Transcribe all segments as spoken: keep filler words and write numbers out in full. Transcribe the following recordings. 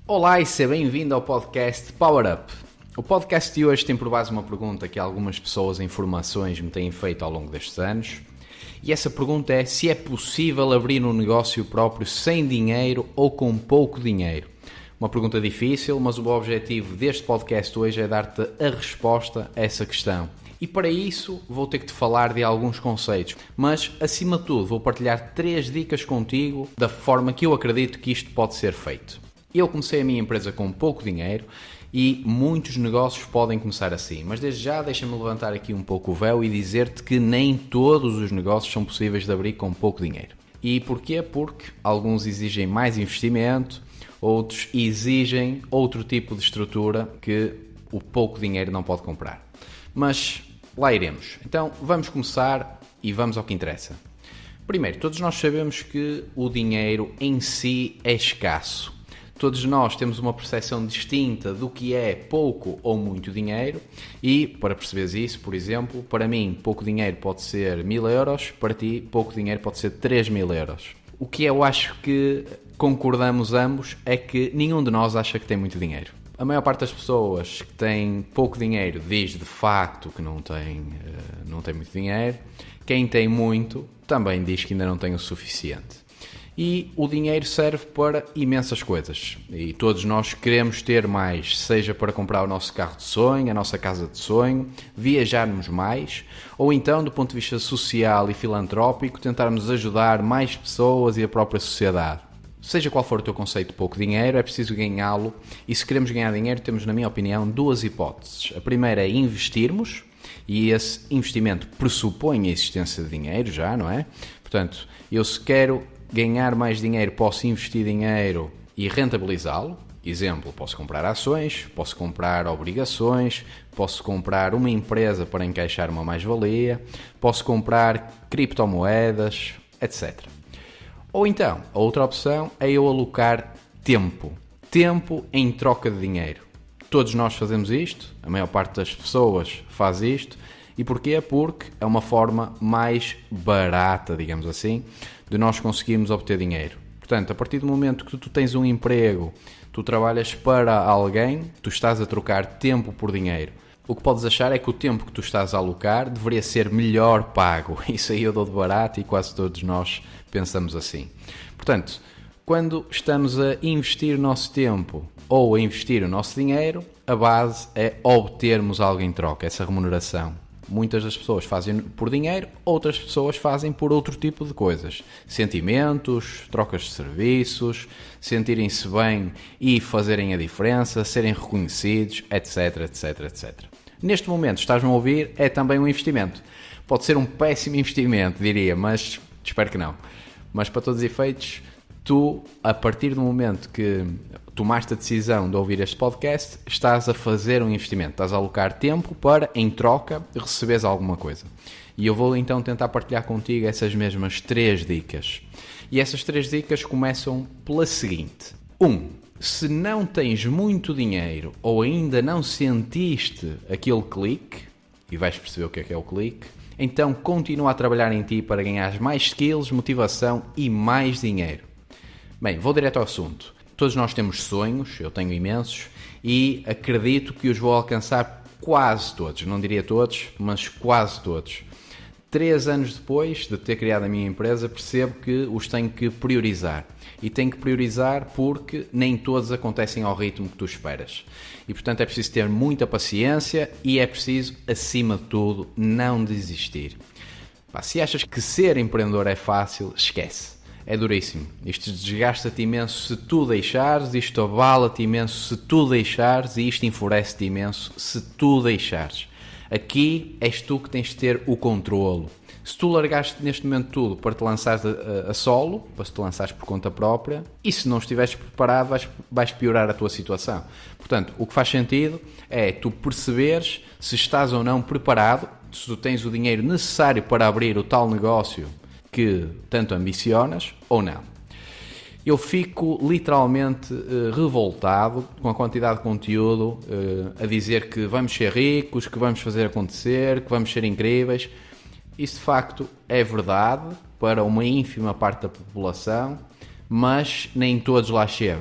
Olá e seja bem-vindo ao podcast Power Up. O podcast de hoje tem por base uma pergunta que algumas pessoas em formações me têm feito ao longo destes anos. E essa pergunta é se é possível abrir um negócio próprio sem dinheiro ou com pouco dinheiro. Uma pergunta difícil, mas o objetivo deste podcast hoje é dar-te a resposta a essa questão. E para isso vou ter que te falar de alguns conceitos, mas acima de tudo vou partilhar três dicas contigo da forma que eu acredito que isto pode ser feito. Eu comecei a minha empresa com pouco dinheiro e muitos negócios podem começar assim, mas desde já deixa-me levantar aqui um pouco o véu e dizer-te que nem todos os negócios são possíveis de abrir com pouco dinheiro. E porquê? Porque alguns exigem mais investimento, outros exigem outro tipo de estrutura que o pouco dinheiro não pode comprar. Mas lá iremos. Então vamos começar e vamos ao que interessa. Primeiro, todos nós sabemos que o dinheiro em si é escasso. Todos nós temos uma percepção distinta do que é pouco ou muito dinheiro e, para perceberes isso, por exemplo, para mim pouco dinheiro pode ser mil euros, para ti pouco dinheiro pode ser três mil euros. O que eu acho que concordamos ambos é que nenhum de nós acha que tem muito dinheiro. A maior parte das pessoas que têm pouco dinheiro diz de facto que não tem, não tem muito dinheiro. Quem tem muito também diz que ainda não tem o suficiente. E o dinheiro serve para imensas coisas. E todos nós queremos ter mais, seja para comprar o nosso carro de sonho, a nossa casa de sonho, viajarmos mais, ou então, do ponto de vista social e filantrópico, tentarmos ajudar mais pessoas e a própria sociedade. Seja qual for o teu conceito de pouco dinheiro, é preciso ganhá-lo e se queremos ganhar dinheiro temos, na minha opinião, duas hipóteses. A primeira é investirmos e esse investimento pressupõe a existência de dinheiro já, não é? Portanto, eu se quero ganhar mais dinheiro posso investir dinheiro e rentabilizá-lo. Exemplo, posso comprar ações, posso comprar obrigações, posso comprar uma empresa para encaixar uma mais-valia, posso comprar criptomoedas, etcétera. Ou então, a outra opção é eu alocar tempo. Tempo em troca de dinheiro. Todos nós fazemos isto, a maior parte das pessoas faz isto. E porquê? Porque é uma forma mais barata, digamos assim, de nós conseguirmos obter dinheiro. Portanto, a partir do momento que tu tens um emprego, tu trabalhas para alguém, tu estás a trocar tempo por dinheiro. O que podes achar é que o tempo que tu estás a alocar deveria ser melhor pago. Isso aí eu dou de barato e quase todos nós pensamos assim. Portanto, quando estamos a investir o nosso tempo ou a investir o nosso dinheiro, a base é obtermos algo em troca, essa remuneração. Muitas das pessoas fazem por dinheiro, outras pessoas fazem por outro tipo de coisas. Sentimentos, trocas de serviços, sentirem-se bem e fazerem a diferença, serem reconhecidos, etc, etc, etcétera. Neste momento, estás-me a ouvir, é também um investimento. Pode ser um péssimo investimento, diria, mas espero que não. Mas para todos os efeitos, tu, a partir do momento que tomaste a decisão de ouvir este podcast, estás a fazer um investimento, estás a alocar tempo para, em troca, receberes alguma coisa. E eu vou então tentar partilhar contigo essas mesmas três dicas. E essas três dicas começam pela seguinte. um. Se não tens muito dinheiro ou ainda não sentiste aquele clique, e vais perceber o que é que é o clique, então continua a trabalhar em ti para ganhar mais skills, motivação e mais dinheiro. Bem, vou direto ao assunto. Todos nós temos sonhos, eu tenho imensos, e acredito que os vou alcançar quase todos, não diria todos, mas quase todos. Três anos depois de ter criado a minha empresa, percebo que os tenho que priorizar. E tenho que priorizar porque nem todos acontecem ao ritmo que tu esperas. E portanto é preciso ter muita paciência e é preciso, acima de tudo, não desistir. Pá, se achas que ser empreendedor é fácil, esquece. É duríssimo. Isto desgasta-te imenso se tu deixares, isto abala-te imenso se tu deixares e isto enfurece-te imenso se tu deixares. Aqui és tu que tens de ter o controlo. Se tu largaste neste momento tudo para te lançares a, a, a solo, para te lançares por conta própria, e se não estiveres preparado vais, vais piorar a tua situação. Portanto, o que faz sentido é tu perceberes se estás ou não preparado, se tu tens o dinheiro necessário para abrir o tal negócio que tanto ambicionas ou não. Eu fico literalmente uh, revoltado com a quantidade de conteúdo uh, a dizer que vamos ser ricos, que vamos fazer acontecer, que vamos ser incríveis. Isso de facto é verdade para uma ínfima parte da população, mas nem todos lá chegam.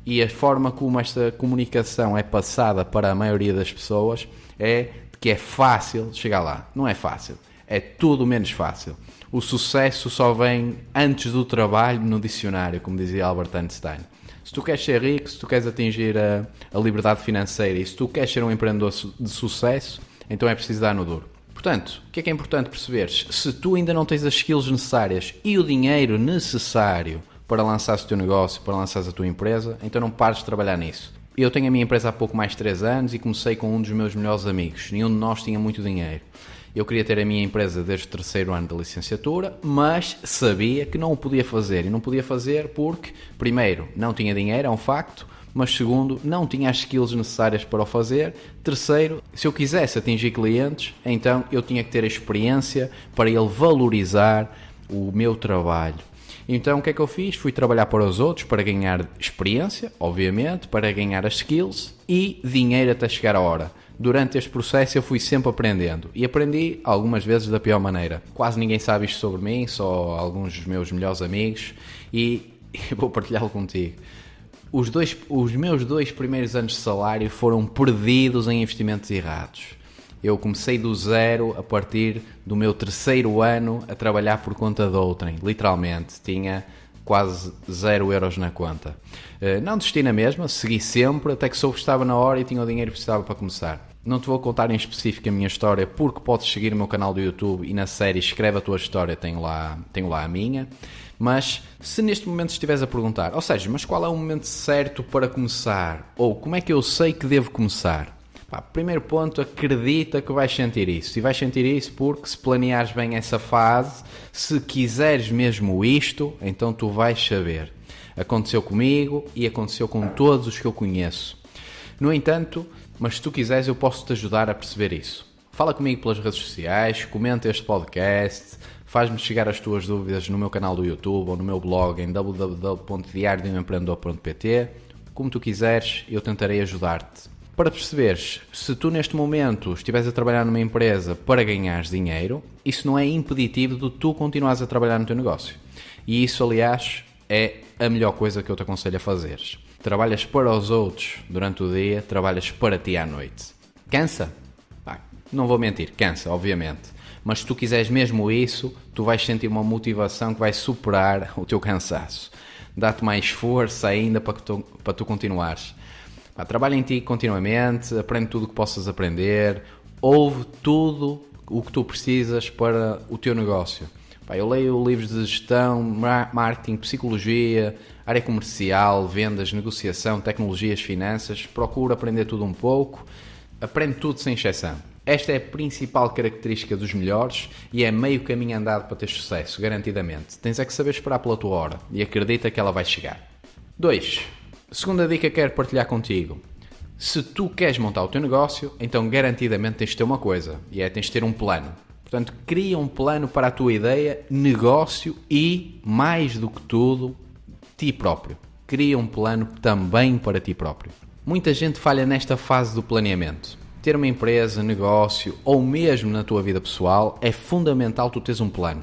e a forma como esta comunicação é passada para a maioria das pessoas é que é fácil chegar lá. Não é fácil, é tudo menos fácil. O sucesso só vem antes do trabalho no dicionário, como dizia Albert Einstein. Se tu queres ser rico, se tu queres atingir a, a liberdade financeira e se tu queres ser um empreendedor de sucesso, então é preciso dar no duro. Portanto, o que é que é importante perceberes? Se tu ainda não tens as skills necessárias e o dinheiro necessário para lançares o teu negócio, para lançares a tua empresa, então não pares de trabalhar nisso. Eu tenho a minha empresa há pouco mais de três anos e comecei com um dos meus melhores amigos. Nenhum de nós tinha muito dinheiro. Eu queria ter a minha empresa desde o terceiro ano da licenciatura, mas sabia que não o podia fazer. E não podia fazer porque, primeiro, não tinha dinheiro, é um facto, mas segundo, não tinha as skills necessárias para o fazer. Terceiro, se eu quisesse atingir clientes, então eu tinha que ter a experiência para ele valorizar o meu trabalho. Então o que é que eu fiz? Fui trabalhar para os outros para ganhar experiência, obviamente, para ganhar as skills e dinheiro até chegar a hora. Durante este processo eu fui sempre aprendendo e aprendi algumas vezes da pior maneira. Quase ninguém sabe isto sobre mim, só alguns dos meus melhores amigos e vou partilhá-lo contigo. Os, dois, os meus dois primeiros anos de salário foram perdidos em investimentos errados. Eu comecei do zero a partir do meu terceiro ano a trabalhar por conta de outrem, literalmente. Tinha quase zero euros na conta. Não desisti na mesma, segui sempre, até que soube que estava na hora e tinha o dinheiro que precisava para começar. Não te vou contar em específico a minha história, porque podes seguir o meu canal do YouTube e na série Escreve a Tua História, tenho lá, tenho lá a minha. Mas se neste momento estiveres a perguntar, ou seja, mas qual é o momento certo para começar? Ou como é que eu sei que devo começar? Pá, primeiro ponto, acredita que vais sentir isso. E vais sentir isso porque se planeares bem essa fase, se quiseres mesmo isto, então tu vais saber. Aconteceu comigo e aconteceu com todos os que eu conheço. No entanto, mas se tu quiseres eu posso-te ajudar a perceber isso. Fala comigo pelas redes sociais, comenta este podcast, faz-me chegar as tuas dúvidas no meu canal do YouTube ou no meu blog em w w w ponto diário de um empreendedor ponto p t. Como tu quiseres, eu tentarei ajudar-te. Para perceberes, se tu neste momento estiveres a trabalhar numa empresa para ganhares dinheiro, isso não é impeditivo de tu continuares a trabalhar no teu negócio. E isso, aliás, é a melhor coisa que eu te aconselho a fazeres. Trabalhas para os outros durante o dia, trabalhas para ti à noite. Cansa? Pá, não vou mentir, cansa, obviamente. Mas se tu quiseres mesmo isso, tu vais sentir uma motivação que vai superar o teu cansaço. Dá-te mais força ainda para, que tu, para tu continuares. Pá, trabalha em ti continuamente, aprende tudo o que possas aprender, ouve tudo o que tu precisas para o teu negócio. Pá, eu leio livros de gestão, marketing, psicologia, área comercial, vendas, negociação, tecnologias, finanças, procuro aprender tudo um pouco, aprende tudo sem exceção. Esta é a principal característica dos melhores e é meio caminho andado para ter sucesso, garantidamente. Tens é que saber esperar pela tua hora e acredita que ela vai chegar. dois. Segunda dica que quero partilhar contigo. Se tu queres montar o teu negócio, então garantidamente tens de ter uma coisa, e é tens de ter um plano. Portanto, cria um plano para a tua ideia, negócio e, mais do que tudo, ti próprio. Cria um plano também para ti próprio. Muita gente falha nesta fase do planeamento. Ter uma empresa, negócio ou mesmo na tua vida pessoal, é fundamental tu teres um plano.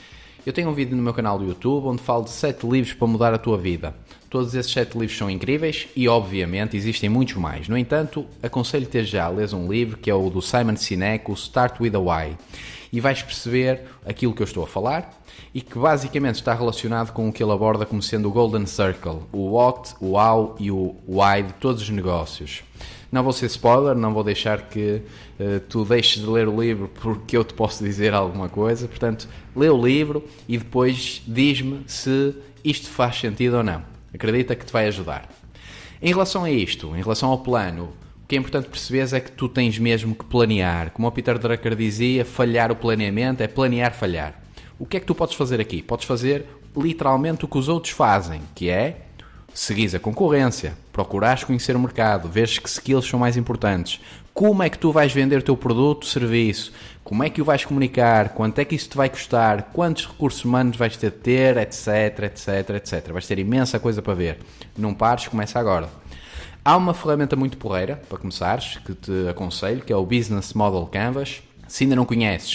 Eu tenho um vídeo no meu canal do YouTube onde falo de sete livros para mudar a tua vida. Todos esses sete livros são incríveis e, obviamente, existem muitos mais. No entanto, aconselho-te já a ler um livro que é o do Simon Sinek, o Start with a Why. E vais perceber aquilo que eu estou a falar e que basicamente está relacionado com o que ele aborda como sendo o Golden Circle, o What, o How e o Why de todos os negócios. Não vou ser spoiler, não vou deixar que uh, tu deixes de ler o livro porque eu te posso dizer alguma coisa. Portanto, lê o livro e depois diz-me se isto faz sentido ou não. Acredita que te vai ajudar. Em relação a isto, em relação ao plano, o que é importante perceberes é que tu tens mesmo que planear. Como o Peter Drucker dizia, falhar o planeamento é planear falhar. O que é que tu podes fazer aqui? Podes fazer literalmente o que os outros fazem, que é seguires a concorrência, procurares conhecer o mercado, veres que skills são mais importantes, como é que tu vais vender o teu produto, serviço, como é que o vais comunicar, quanto é que isso te vai custar, quantos recursos humanos vais ter de ter, etc, etc, etcétera. Vais ter imensa coisa para ver. Não pares, começa agora. Há uma ferramenta muito porreira, para começares, que te aconselho, que é o Business Model Canvas. Se ainda não conheces,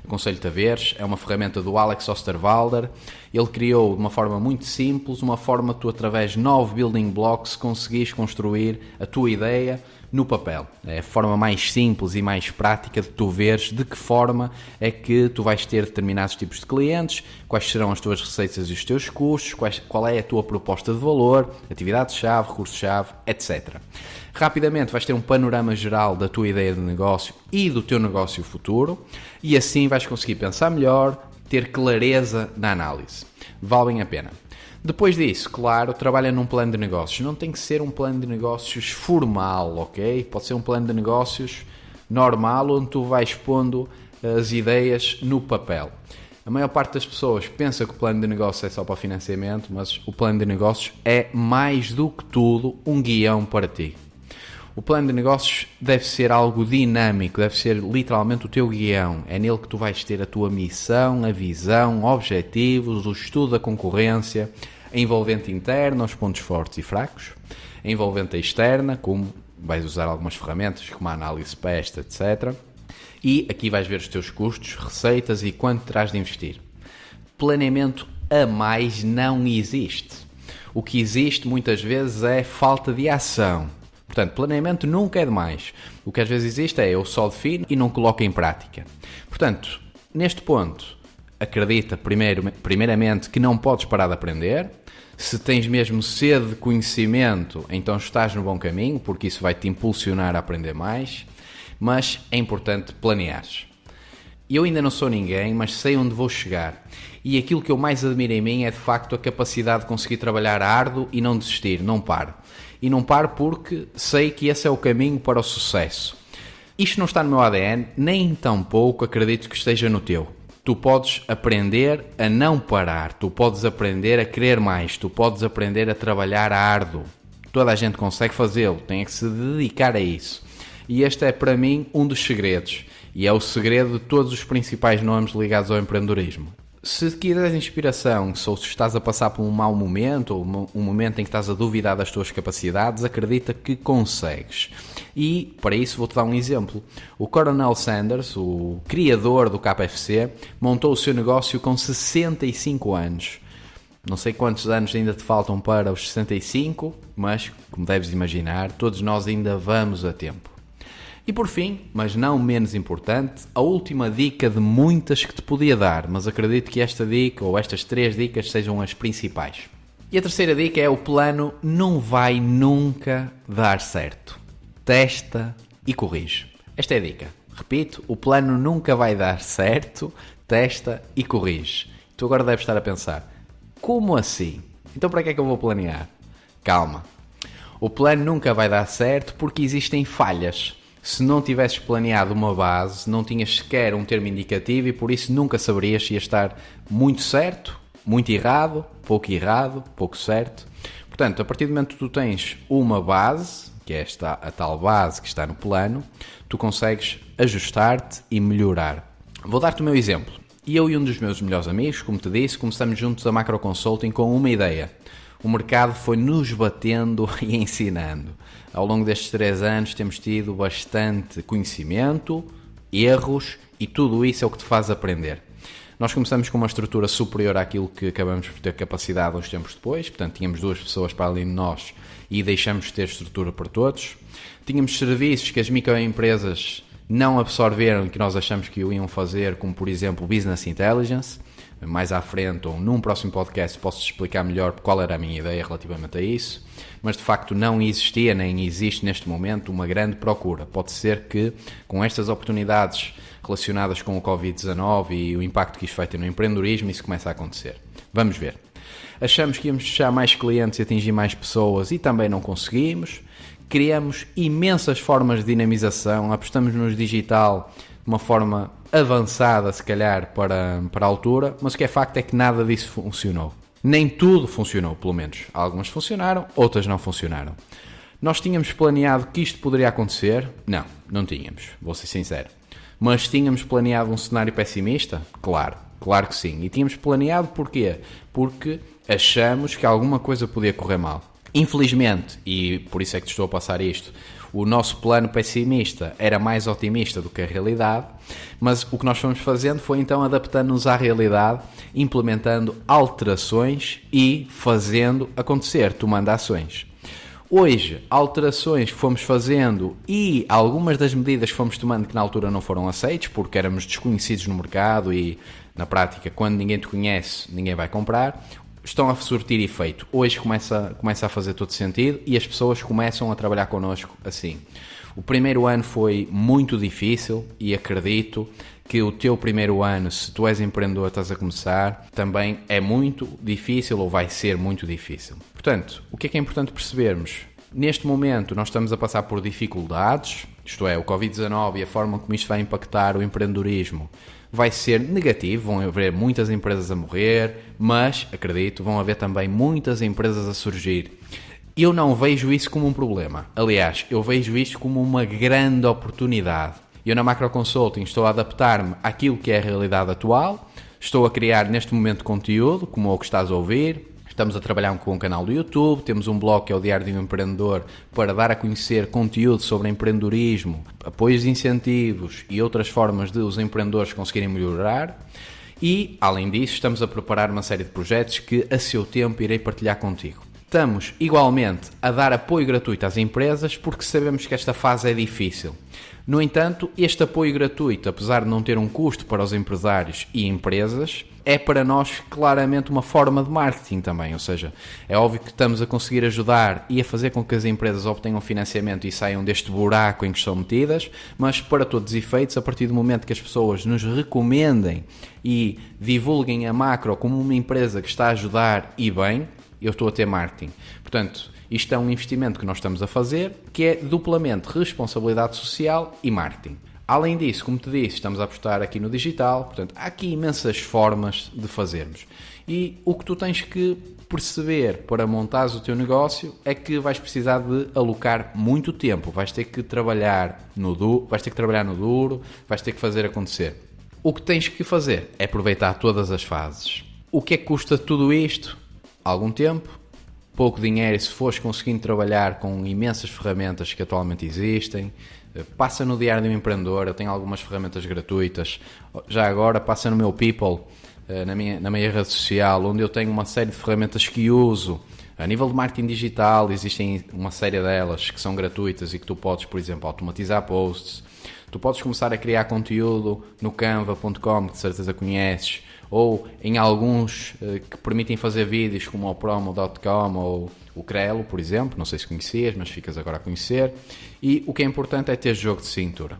aconselho-te a veres, é uma ferramenta do Alex Osterwalder. Ele criou de uma forma muito simples, uma forma que tu, através de nove building blocks, conseguis construir a tua ideia no papel. É a forma mais simples e mais prática de tu veres de que forma é que tu vais ter determinados tipos de clientes, quais serão as tuas receitas e os teus custos, quais, qual é a tua proposta de valor, atividade-chave, recurso-chave, etcétera. Rapidamente vais ter um panorama geral da tua ideia de negócio e do teu negócio futuro e assim vais conseguir pensar melhor, ter clareza na análise. Vale bem a pena. Depois disso, claro, trabalha num plano de negócios. Não tem que ser um plano de negócios formal, ok? Pode ser um plano de negócios normal, onde tu vais pondo as ideias no papel. A maior parte das pessoas pensa que o plano de negócios é só para financiamento, mas o plano de negócios é mais do que tudo um guião para ti. O plano de negócios deve ser algo dinâmico, deve ser literalmente o teu guião. É nele que tu vais ter a tua missão, a visão, objetivos, o estudo da concorrência, a envolvente interna, os pontos fortes e fracos, a envolvente externa, como vais usar algumas ferramentas como a análise PEST, etcétera. E aqui vais ver os teus custos, receitas e quanto terás de investir. Planeamento a mais não existe. O que existe muitas vezes é falta de ação. Portanto, planeamento nunca é demais. O que às vezes existe é eu só defino e não coloco em prática. Portanto, neste ponto, acredita primeiro, primeiramente que não podes parar de aprender. Se tens mesmo sede de conhecimento, então estás no bom caminho, porque isso vai te impulsionar a aprender mais. Mas é importante planeares. Eu ainda não sou ninguém, mas sei onde vou chegar. E aquilo que eu mais admiro em mim é de facto a capacidade de conseguir trabalhar árduo e não desistir, não paro. E não paro porque sei que esse é o caminho para o sucesso. Isto não está no meu A D N, nem tão pouco acredito que esteja no teu. Tu podes aprender a não parar, tu podes aprender a querer mais, tu podes aprender a trabalhar árduo. Toda a gente consegue fazê-lo, tem que se dedicar a isso. E este é para mim um dos segredos, e é o segredo de todos os principais nomes ligados ao empreendedorismo. Se quiseres inspiração, ou se estás a passar por um mau momento, ou um momento em que estás a duvidar das tuas capacidades, acredita que consegues. E, para isso, vou-te dar um exemplo. O Coronel Sanders, o criador do K F C, montou o seu negócio com sessenta e cinco anos. Não sei quantos anos ainda te faltam para os sessenta e cinco, mas, como deves imaginar, todos nós ainda vamos a tempo. E por fim, mas não menos importante, a última dica de muitas que te podia dar, mas acredito que esta dica ou estas três dicas sejam as principais. E a terceira dica é: o plano não vai nunca dar certo. Testa e corrige. Esta é a dica. Repito, o plano nunca vai dar certo, testa e corrige. Tu agora deves estar a pensar, como assim? Então para que é que eu vou planear? Calma. O plano nunca vai dar certo porque existem falhas. Se não tivesses planeado uma base, não tinhas sequer um termo indicativo e por isso nunca saberias se ia estar muito certo, muito errado, pouco errado, pouco certo. Portanto, a partir do momento que tu tens uma base, que é esta, a tal base que está no plano, tu consegues ajustar-te e melhorar. Vou dar-te o meu exemplo. Eu e um dos meus melhores amigos, como te disse, começamos juntos a Macro Consulting com uma ideia. O mercado foi nos batendo e ensinando. Ao longo destes três anos temos tido bastante conhecimento, erros e tudo isso é o que te faz aprender. Nós começamos com uma estrutura superior àquilo que acabamos por ter capacidade uns tempos depois, portanto tínhamos duas pessoas para além de nós e deixamos de ter estrutura para todos. Tínhamos serviços que as microempresas não absorveram e que nós achamos que o iam fazer, como por exemplo Business Intelligence. Mais à frente ou num próximo podcast posso-te explicar melhor qual era a minha ideia relativamente a isso, mas de facto não existia nem existe neste momento uma grande procura. Pode ser que com estas oportunidades relacionadas com o covid dezanove e o impacto que isto vai ter no empreendedorismo, isso começa a acontecer. Vamos ver. Achamos que íamos fechar mais clientes e atingir mais pessoas e também não conseguimos. Criamos imensas formas de dinamização, apostamos no digital de uma forma avançada, se calhar, para, para a altura, mas o que é facto é que nada disso funcionou. Nem tudo funcionou, pelo menos. Algumas funcionaram, outras não funcionaram. Nós tínhamos planeado que isto poderia acontecer? Não, não tínhamos, vou ser sincero. Mas tínhamos planeado um cenário pessimista? Claro, claro que sim. E tínhamos planeado porquê? Porque achamos que alguma coisa podia correr mal. Infelizmente, e por isso é que te estou a passar isto, o nosso plano pessimista era mais otimista do que a realidade, mas o que nós fomos fazendo foi então adaptando-nos à realidade, implementando alterações e fazendo acontecer, tomando ações. Hoje, alterações que fomos fazendo e algumas das medidas que fomos tomando que na altura não foram aceites, porque éramos desconhecidos no mercado e, na prática, quando ninguém te conhece, ninguém vai comprar, estão a surtir efeito. Hoje começa, começa a fazer todo sentido e as pessoas começam a trabalhar connosco assim. O primeiro ano foi muito difícil e acredito que o teu primeiro ano, se tu és empreendedor, estás a começar, também é muito difícil ou vai ser muito difícil. Portanto, o que é que é importante percebermos? Neste momento nós estamos a passar por dificuldades, isto é, o covid dezanove e a forma como isto vai impactar o empreendedorismo vai ser negativo, vão haver muitas empresas a morrer, mas, acredito, vão haver também muitas empresas a surgir. Eu não vejo isso como um problema. Aliás, eu vejo isto como uma grande oportunidade. Eu na Macro Consulting estou a adaptar-me àquilo que é a realidade atual, estou a criar neste momento conteúdo, como o que estás a ouvir. Estamos a trabalhar com um canal do YouTube, temos um blog que é o Diário de um Empreendedor para dar a conhecer conteúdo sobre empreendedorismo, apoios e incentivos e outras formas de os empreendedores conseguirem melhorar. E, além disso, estamos a preparar uma série de projetos que, a seu tempo, irei partilhar contigo. Estamos, igualmente, a dar apoio gratuito às empresas porque sabemos que esta fase é difícil. No entanto, este apoio gratuito, apesar de não ter um custo para os empresários e empresas, é para nós claramente uma forma de marketing também, ou seja, é óbvio que estamos a conseguir ajudar e a fazer com que as empresas obtenham financiamento e saiam deste buraco em que estão metidas, mas para todos os efeitos, a partir do momento que as pessoas nos recomendem e divulguem a Macro como uma empresa que está a ajudar e bem, eu estou a ter marketing. Portanto, isto é um investimento que nós estamos a fazer, que é duplamente responsabilidade social e marketing. Além disso, como te disse, estamos a apostar aqui no digital, portanto, há aqui imensas formas de fazermos. E o que tu tens que perceber para montares o teu negócio é que vais precisar de alocar muito tempo, vais ter que trabalhar no duro, vais ter que trabalhar no duro, vais ter que fazer acontecer. O que tens que fazer é aproveitar todas as fases. O que é que custa tudo isto? Algum tempo, pouco dinheiro, se fores conseguindo trabalhar com imensas ferramentas que atualmente existem. Passa no Diário de um Empreendedor, eu tenho algumas ferramentas gratuitas. Já agora, passa no meu People, na minha, na minha rede social, onde eu tenho uma série de ferramentas que uso. A nível de marketing digital, existem uma série delas que são gratuitas e que tu podes, por exemplo, automatizar posts. Tu podes começar a criar conteúdo no canva ponto com, que de certeza conheces, ou em alguns uh, que permitem fazer vídeos como o promo ponto com ou o Crelo, por exemplo, não sei se conhecias, mas ficas agora a conhecer. E o que é importante é ter jogo de cintura.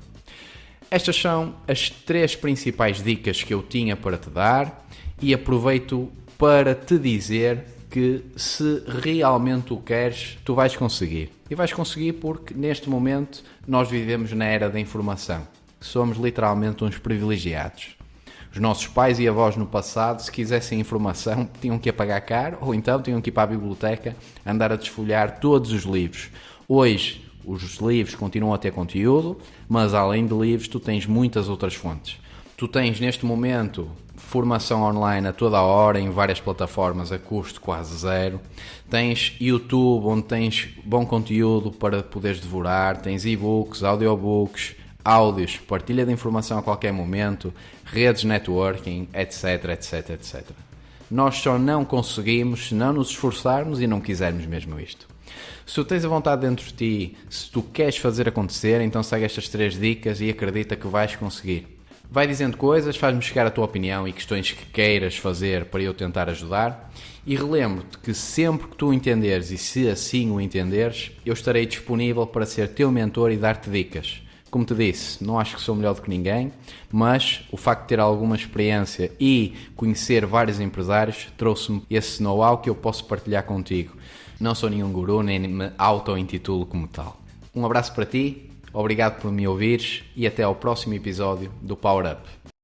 Estas são as três principais dicas que eu tinha para te dar e aproveito para te dizer que se realmente o queres, tu vais conseguir. E vais conseguir porque neste momento nós vivemos na era da informação. Somos literalmente uns privilegiados. Os nossos pais e avós no passado, se quisessem informação, tinham que ir pagar caro ou então tinham que ir para a biblioteca andar a desfolhar todos os livros. Hoje, os livros continuam a ter conteúdo, mas além de livros, tu tens muitas outras fontes. Tu tens, neste momento, formação online a toda a hora, em várias plataformas, a custo quase zero. Tens YouTube, onde tens bom conteúdo para poderes devorar. Tens e-books, audiobooks, áudios, partilha de informação a qualquer momento, redes networking, etc, etc, etcétera. Nós só não conseguimos se não nos esforçarmos e não quisermos mesmo isto. Se tu tens a vontade dentro de ti, se tu queres fazer acontecer, então segue estas três dicas e acredita que vais conseguir. Vai dizendo coisas, faz-me chegar a tua opinião e questões que queiras fazer para eu tentar ajudar. E relembro-te que sempre que tu entenderes e se assim o entenderes, eu estarei disponível para ser teu mentor e dar-te dicas. Como te disse, não acho que sou melhor do que ninguém, mas o facto de ter alguma experiência e conhecer vários empresários trouxe-me esse know-how que eu posso partilhar contigo. Não sou nenhum guru, nem me auto-intitulo como tal. Um abraço para ti, obrigado por me ouvires e até ao próximo episódio do Power Up.